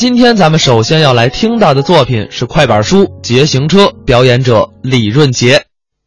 今天咱们首先要来听到的作品是快板书《捷行车》，表演者李润杰。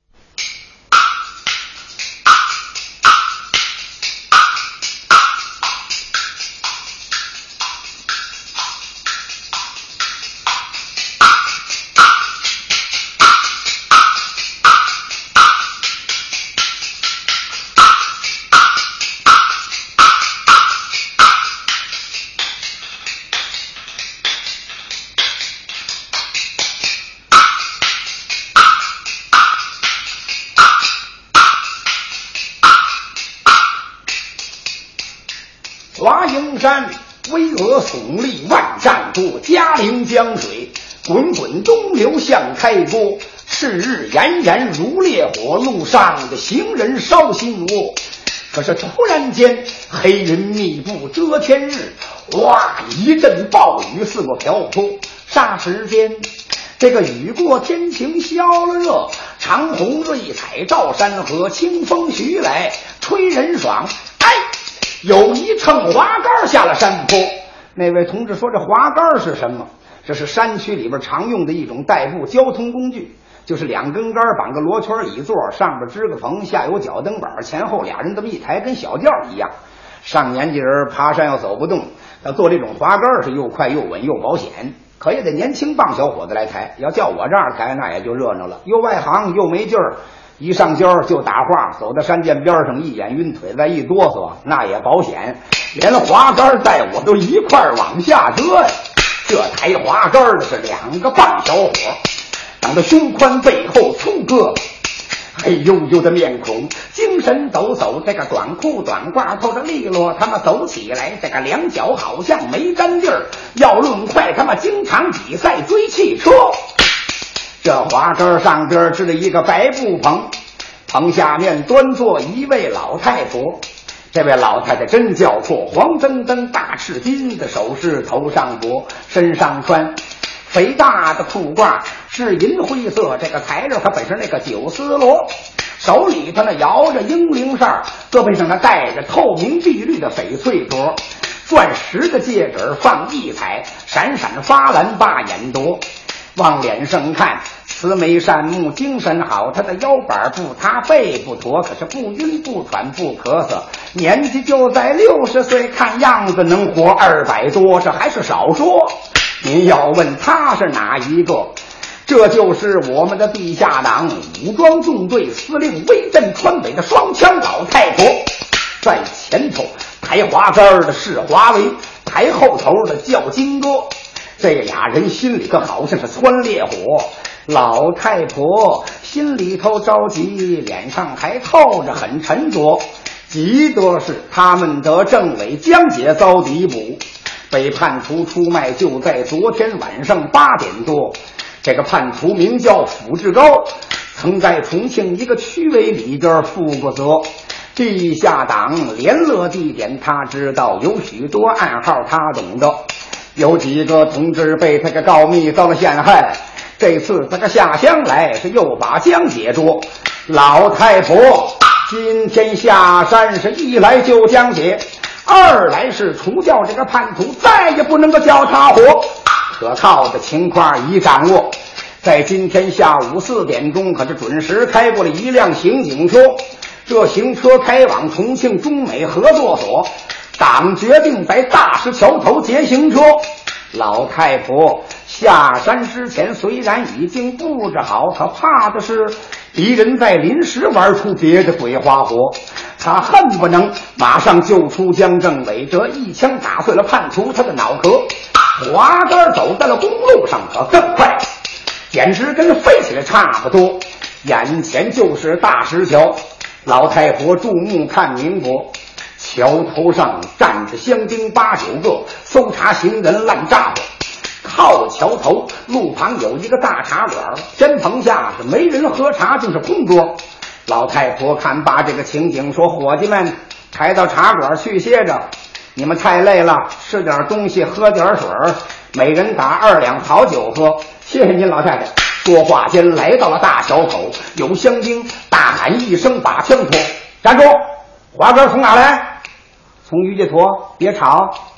华蓥山巍峨耸立万丈多，嘉陵江水滚滚东流向开锅，赤日炎炎如烈火，路上的行人烧心窝。可是突然间黑云密布遮天日，哇，一阵暴雨似过瓢泼，霎时间这个雨过天晴消了热，长虹瑞彩照山河，清风徐来吹人爽。有一乘滑竿下了山坡。那位同志说，这滑竿是什么？这是山区里边常用的一种代步交通工具，就是两根杆绑个罗圈椅座，上边支个棚，下有脚蹬板，前后俩人这么一抬，跟小轿一样。上年纪人爬山要走不动，要做这种滑竿是又快又稳又保险，可也得年轻棒小伙子来抬。要叫我这样抬，那也就热闹了，又外行又没劲儿，一上交就打话，走到山涧边上一眼晕，腿再一哆嗦，那也保险，连滑竿带我都一块往下折呀。这抬滑竿的是两个棒小伙，长得胸宽背厚粗胳膊，黑黝黝的面孔，精神抖擞，这个短裤短褂透着利落，他们走起来这个两脚好像没沾地儿。要论快，他们经常比赛追汽车。这滑竿上边支了一个白布棚，棚下面端坐一位老太婆。这位老太太真叫阔，黄澄澄大赤金的首饰头上脖，身上穿肥大的裤褂是银灰色，这个材料可本是那个九丝罗，手里头呢摇着英灵扇，胳膊上呢戴着透明碧绿的翡翠镯，钻石的戒指放异彩，闪闪发蓝把眼夺。往脸上看，慈眉善目，精神好，他的腰板不塌，背不驼，可是不晕不喘不咳嗽，年纪就在60岁，看样子能活200多，这还是少说。您要问他是哪一个，这就是我们的地下党武装纵队司令威震川北的双枪老太婆。在前头抬滑竿的是华为，抬后头的叫金哥。这俩人心里可好像是蹿烈火，老太婆心里头着急，脸上还透着很沉着。急的是他们的政委江姐遭逮捕，被叛徒出卖就在昨天晚上8点多。这个叛徒名叫傅志高，曾在重庆一个区委里边负过责。地下党联络地点他知道，有许多暗号他懂得，有几个同志被他给告密遭了陷害。这次他个下乡来，是又把江姐捉。老太婆今天下山是一来救江姐，二来是除掉这个叛徒，再也不能够叫他活。可靠的情况已掌握，在今天下午4点钟，可是准时开过了一辆刑警车。这行车开往重庆中美合作所，党决定在大石桥头截行车。老太婆下山之前虽然已经布置好，可怕的是敌人在临时玩出别的鬼花活，他恨不能马上救出江政委，这一枪打碎了叛徒他的脑壳。滑竿走在了公路上可更快，简直跟飞起来差不多。眼前就是大石桥，老太婆注目看明白，桥头上站着乡兵8、9个，搜查行人烂炸的。靠桥头路旁有一个大茶馆，天棚下是没人喝茶，正是空桌。老太婆看罢这个情景，说：“伙计们，抬到茶馆去歇着，你们太累了，吃点东西，喝点水，每人打2两好酒喝。谢谢您，老太太。”说话间来到了大桥口，有乡兵大喊一声，把枪托，站住！滑竿从哪来？从于家坨，别吵。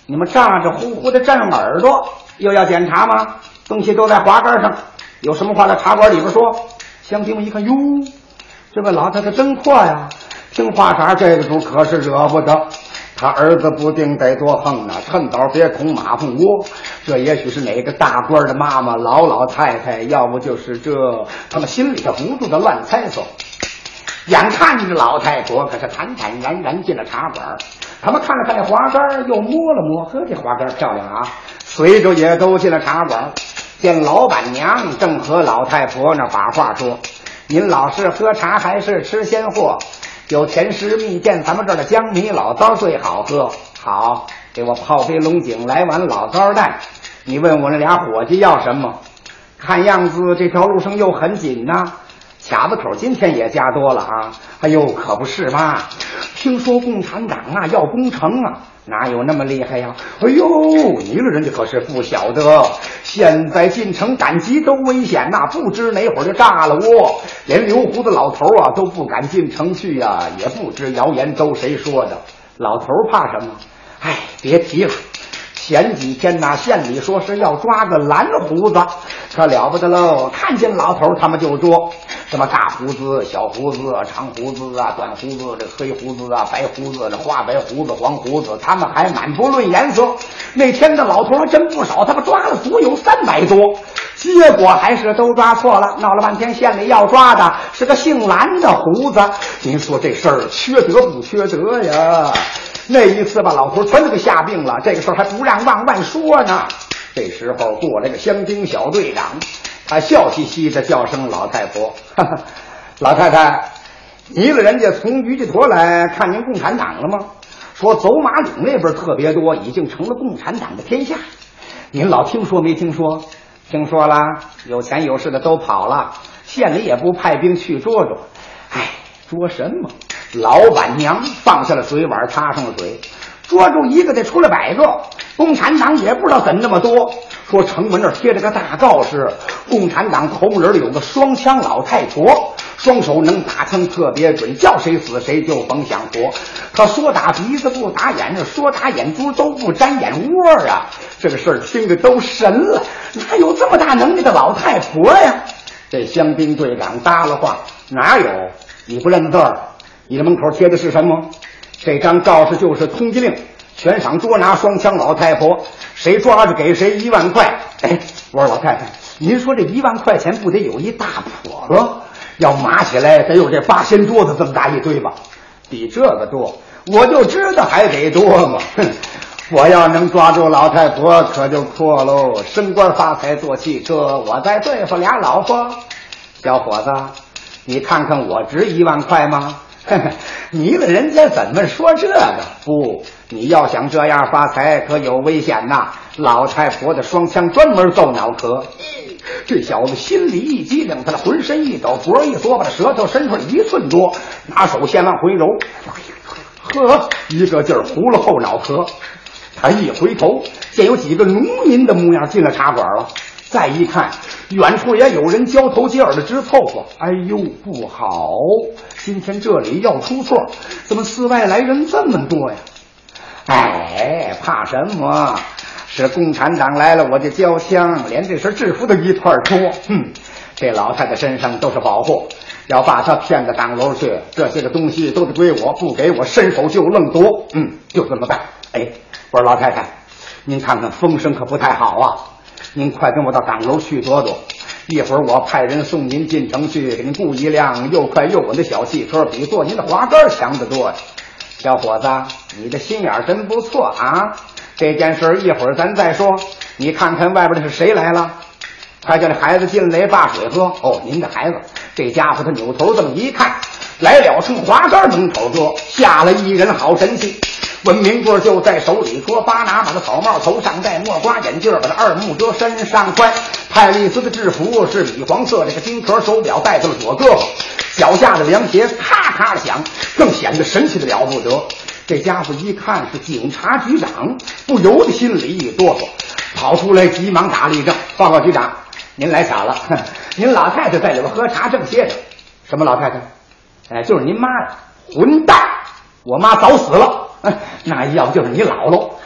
你们咋着呼呼的震耳朵？又要检查吗？东西都在滑杆上，有什么话在茶馆里边说。香丁们一看，哟，这个老太太真阔呀，听话茬这个时候可是惹不得。他儿子不定得多横呢，趁早别捅马蜂窝。这也许是哪个大官的妈妈、老太太，要不就是这，他们心里头不住的乱猜测。眼看着老太婆可是坦坦然然进了茶馆，他们看了看这滑杆，又摸了摸，呵，这滑杆漂亮啊！随着也都进了茶馆，见老板娘正和老太婆那把话说：“您老是喝茶还是吃鲜货？有甜食蜜饯，咱们这儿的江米老糟最好喝。好，给我泡杯龙井，来碗老糟蛋。你问我那俩伙计要什么？看样子这条路上又很紧呐。卡子口今天也加多了啊！哎呦，可不是嘛！听说共产党啊要攻城啊，哪有那么厉害呀？哎呦，你了人家可是不晓得，现在进城赶集都危险呐，不知哪会儿就炸了窝。连留胡子老头啊都不敢进城去啊，也不知谣言都谁说的。老头怕什么？哎，别提了。前几天呐，县里说是要抓个蓝胡子，可了不得喽！看见老头他们就捉，什么大胡子、小胡子、长胡子啊、短胡子、这黑胡子啊、白胡子、这花白胡子、黄胡子，他们还满不论颜色。那天的老头还真不少，他们抓了足有300多，结果还是都抓错了。闹了半天，县里要抓的是个姓蓝的胡子。您说这事儿缺德不缺德呀？那一次把老头全都给吓病了，这个事儿还不让往外说呢。这时候过来个香丁小队长，他笑嘻嘻的叫声老太婆：“哈哈，老太太，你了人家从于家坨来看您共产党了吗？说走马岭那边特别多，已经成了共产党的天下。您老听说没听说？听说了，有钱有势的都跑了，县里也不派兵去捉捉。哎，捉什么？老板娘放下了水碗，插上了嘴，捉住一个得出来100个。共产党也不知道怎那么多。说城门那儿贴着个大告示，共产党头目人里有个双枪老太婆，双手能打枪特别准，叫谁死谁就甭想活。他说打鼻子不打眼，说打眼珠都不沾眼窝啊！这个事儿听着都神了，哪有这么大能耐的老太婆呀？这香兵队长搭了话：哪有？你不认字儿？你的门口贴的是什么？这张告示就是通缉令，悬赏捉拿双枪老太婆，谁抓着给谁1万块。哎，我说老太太，您说这1万块钱不得有一大笸箩？要码起来得有这8仙桌子这么大一堆吧？比这个多，我就知道还得多嘛。哼，我要能抓住老太婆可就阔喽，升官发财坐汽车，我再对付俩老婆。小伙子，你看看我值1万块吗？你了人家怎么说这个？不，你要想这样发财可有危险呐！老太婆的双枪专门揍脑壳。这小子心里一激灵，他的浑身一抖，脖一缩，把舌头伸出来1寸多，拿手先往回揉，呵，一个劲儿糊了后脑壳。他一回头，见有几个农民的模样进了茶馆了。再一看，远处也有人交头接耳的直凑合。哎呦，不好！今天这里要出错，怎么寺外来人这么多呀？哎，怕什么？是共产党来了我就交枪，连这身制服都一块脱。这老太太身上都是宝货，要把她骗到党楼去，这些个东西都得归我，不给我伸手就愣夺。就这么办。哎，我说老太太，您看看风声可不太好啊，您快跟我到党楼去躲躲，一会儿我派人送您进城去，给您雇一辆又快又稳的小汽车，比坐您的滑竿强得多呀。小伙子，你的心眼真不错啊！这件事一会儿咱再说，你看看外边的是谁来了？快叫这孩子进来把水喝。哦，您的孩子。这家伙他扭头这么一看，来了乘滑竿门口哥，吓了一人好神气。文明棍就在手里戳，巴拿把的草帽头上戴，墨瓜眼镜把的二目遮身上穿。派丽丝的制服是米黄色，这个金壳手表戴在了左胳膊，脚下的凉鞋咔咔的响，更显得神气的了不得。这家伙一看是警察局长，不由得心里一哆嗦，跑出来急忙打了一阵：报告局长，您来巧了，您老太太在里边喝茶正歇着。什么老太太？哎，就是您妈呀！混蛋，我妈早死了。那要不就是你姥姥，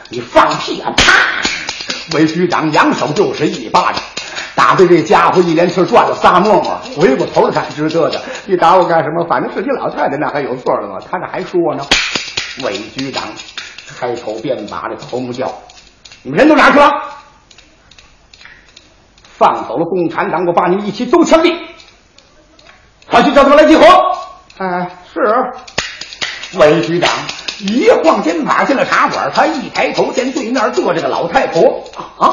你放屁啊！啪！韦局长扬手就是一巴掌，打对这家伙一连气转了仨沫沫，回过头来看直嘚的，你打我干什么？反正是你老太太，那还有错了吗？他这还说呢。韦局长开口便把这头目叫：“你们人都哪去了？放走了共产党，我把你们一起都枪毙！快去叫他们来集合！”是。韦局长一晃肩膀进了茶馆，他一抬头见对面坐着个老太婆。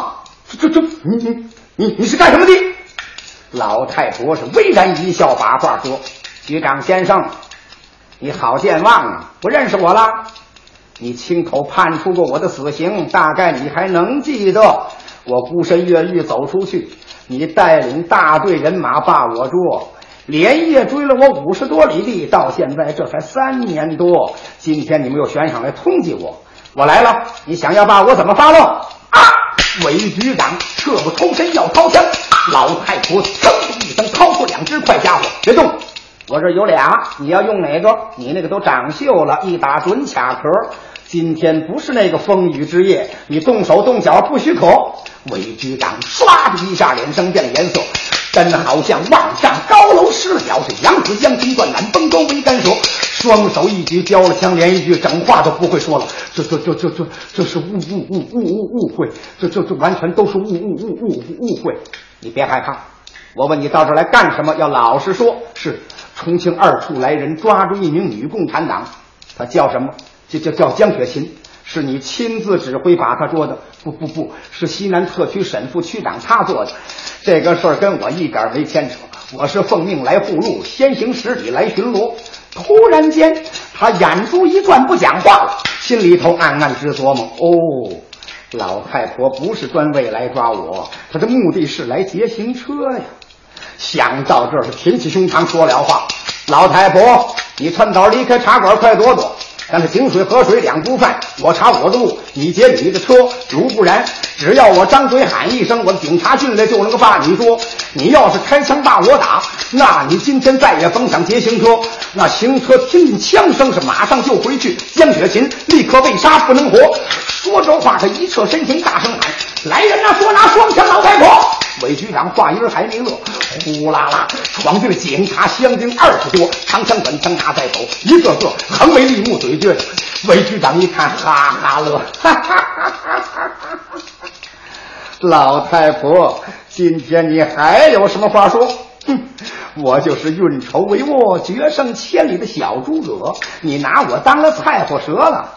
你是干什么的？老太婆是微然一笑，把话说：“局长先生，你好健忘啊，不认识我了？你亲口判处过我的死刑，大概你还能记得。我孤身越狱走出去，你带领大队人马把我捉，连夜追了我50多里地，到现在这才3年多。今天你们又悬上来通缉我，我来了，你想要把我怎么发落？”啊！韦局长侧不抽身要掏枪，老太婆噌一声掏出2只，快家伙，别动！我这有俩，你要用哪个？你那个都长锈了，一打准卡壳。今天不是那个风雨之夜，你动手动脚不许可。韦局长唰的一下脸上变了颜色，真好像望上高楼失了脚，是扬子江平断缆崩舟为干涉，双手一举交了枪，连一句整话都不会说了。这是误会，这完全都是误会。你别害怕，我问你到这儿来干什么？要老实说。是重庆2处来人抓住一名女共产党，她叫什么？叫江雪琴，是你亲自指挥把她捉的？不，是西南特区沈副区长他做的。这个事儿跟我一点没牵扯，我是奉命来护路，先行10里来巡逻。突然间他眼珠一转，不讲话了，心里头暗暗直琢磨：老太婆不是专为来抓我，她的目的是来劫行车呀。想到这儿是挺起胸膛说了话：“老太婆，你趁早离开茶馆，快躲躲！但是井水河水两不犯，我查我的路，你劫你的车。如不然，只要我张嘴喊一声，我的警察进来就能够把你捉。你要是开枪把我打，那你今天再也甭想劫行车。那行车听见枪声是马上就回去。江雪琴立刻被杀，不能活。”说着话，他一撤身形，大声喊：“来人呐，说拿双枪！老太婆！”韦局长话音还没落，呼啦啦闯进了警察乡兵20多，长枪短枪拿在手，一个个横眉立目，嘴撅着。韦局长一看，哈哈乐，哈哈哈哈哈哈！老太婆，今天你还有什么话说？我就是运筹帷幄、决胜千里的小诸葛，你拿我当了菜货蛇了。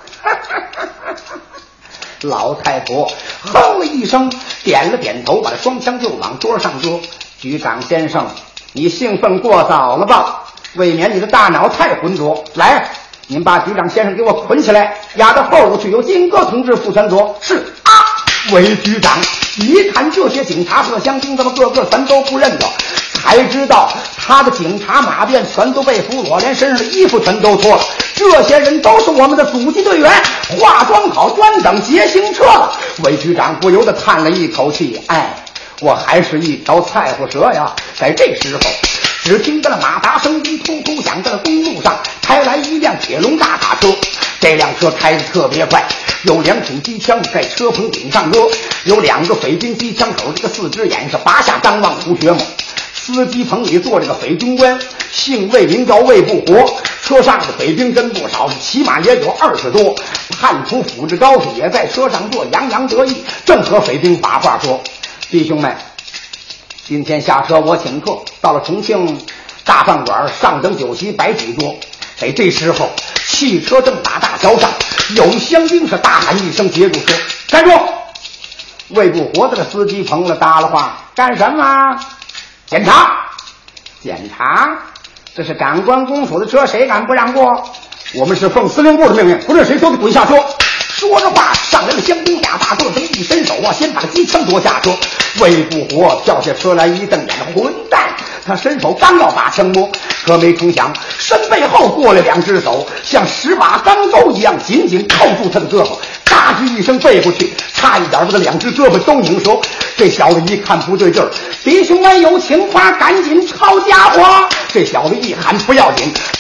老太婆哼了一声，点了点头，把双枪就往桌上搁。局长先生，你兴奋过早了吧？未免你的大脑太浑浊。来，您把局长先生给我捆起来，押到后头去，由金戈同志负全责。是啊。韦局长一看这些警察和乡兵，他们个个全都不认得，才知道他的警察马便全都被俘虏，连身上的衣服全都脱了。这些人都是我们的阻击队员，化妆好，专等劫行车了。韦局长不由得叹了一口气，我还是一条菜货蛇呀。在这时候，只听得马达声音突突响，在公路上开来一辆铁笼大卡车。这辆车开得特别快，有2挺机枪在车棚顶上搁，有2个匪军机枪手，这个4只眼是拔下张望胡学猛。司机棚里坐着个匪军官，姓魏，名叫魏不活。车上的匪兵真不少，起码也有20多。叛徒抚着高也在车上坐，洋洋得意，正和匪兵把话说：“弟兄们，今天下车我请客，到了重庆大饭馆上等酒席摆几桌。”在这时候，汽车正打大桥上，有乡兵是大喊一声，截住车，站住！魏不活的司机棚了，搭了话：“干什么？检查！检查！这是长官公署的车，谁敢不让过？我们是奉司令部的命令，不论谁都得滚下车。”说着话，上来了乡兵，俩大个子一伸手先把机枪夺下车。魏不活跳下车来，一瞪眼，混蛋！他伸手刚要把枪摸，可没成想身背后过来2只手，像10把钢钩一样紧紧扣住他的胳膊，嘎吱一声背过去，差一点把他2只胳膊都拧折。这小子一看不对劲儿，弟兄们有情况赶紧抄家伙！这小子一喊不要紧，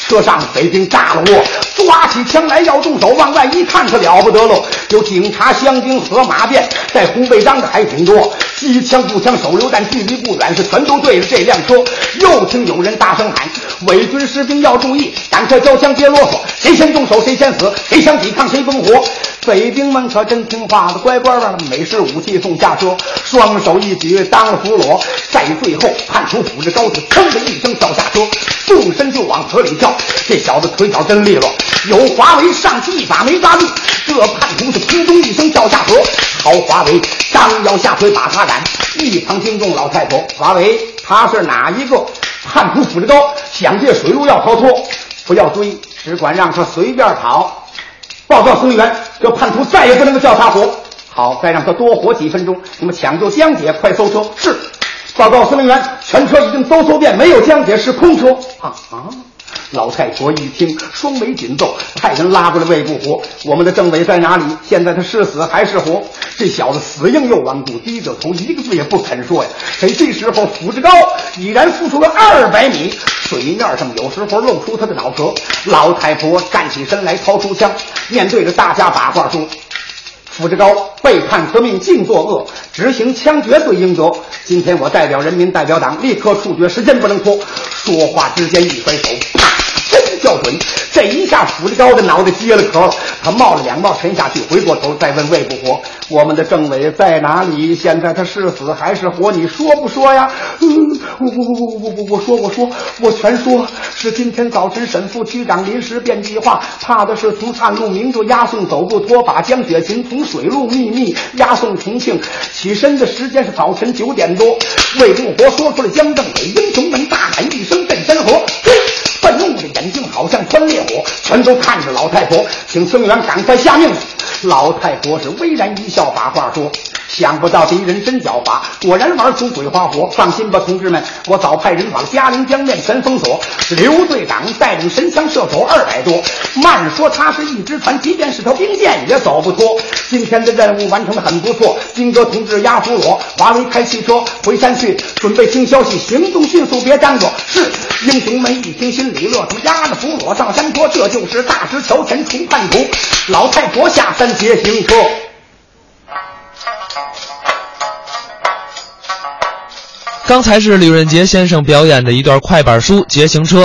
车上匪兵炸了窝，抓起枪来要动手，往外一看可了不得喽，有警察、乡兵、河马便，带红背章的还挺多，机枪、步枪、手榴弹，距离不远，是全都对着这辆车。又听有人大声喊：伪军士兵要注意，赶快交枪，别啰嗦，谁先动手谁先死，谁想抵抗谁崩活。匪兵们可真听话的，乖乖的美式武器送下车，双手一举当了俘虏。在最后，叛徒抚着刀子，噌的一声跳下车，纵身就往河里跳。这小子腿脚真利落，有华为上去一把没抓住，这叛徒是扑通一声跳下河。好华为刚要下腿把他赶，一旁惊动老太婆：华为他是哪一个？叛徒抚着刀想借水路要逃脱，不要追，只管让他随便跑。报告司令员，这叛徒再也不能够叫他活。好，再让他多活几分钟。那么抢救江姐，快搜车。是。报告司令员，全车已经搜索遍，没有江姐，是空车。老太婆一听，双眉紧皱，派人拉过来魏不活。我们的政委在哪里？现在他是死还是活？这小子死硬又顽固，低着头，一个字也不肯说呀。这时候抚着高已然浮出了200米，水面上有时候露出他的脑壳。老太婆站起身来，掏出枪，面对着大家把话说：抚着高背叛革命，尽作恶，执行枪决罪应得。今天我代表人民代表党立刻处决，时间不能拖。说话之间一甩手，啪，真叫准。这一下抚着高的脑袋接了壳了，他冒了2冒沉下去，回过头再问魏不活：我们的政委在哪里？现在他是死还是活？你说不说呀？我说，我全说。是今天早晨沈副区长临时变计划，怕的是从汉路明州押送走步拖把江雪琴，从水路秘密押送重庆。起身的时间是早晨9点多。魏不活说出了江政委，英雄们大喊一声震山河，愤怒的眼睛好像穿烈火，全都看着老太婆，请司令员赶快下命令。老太婆是微然一笑，把话说：想不到敌人真狡猾，果然玩出鬼花活。放心吧，同志们，我早派人往嘉陵江面全封锁。刘队长带领神枪射手200多，慢说他是一支船，即便是条兵舰也走不脱。今天的任务完成的很不错，金哥同志押俘虏，华为开汽车回山去，准备听消息，行动迅速，别耽搁。是。英雄们一听心里乐，他们押着俘虏上山坡，这就是大石桥前除叛徒。老太婆下山接行车。 刚才是吕润杰先生表演的一段快板书《捷行车》，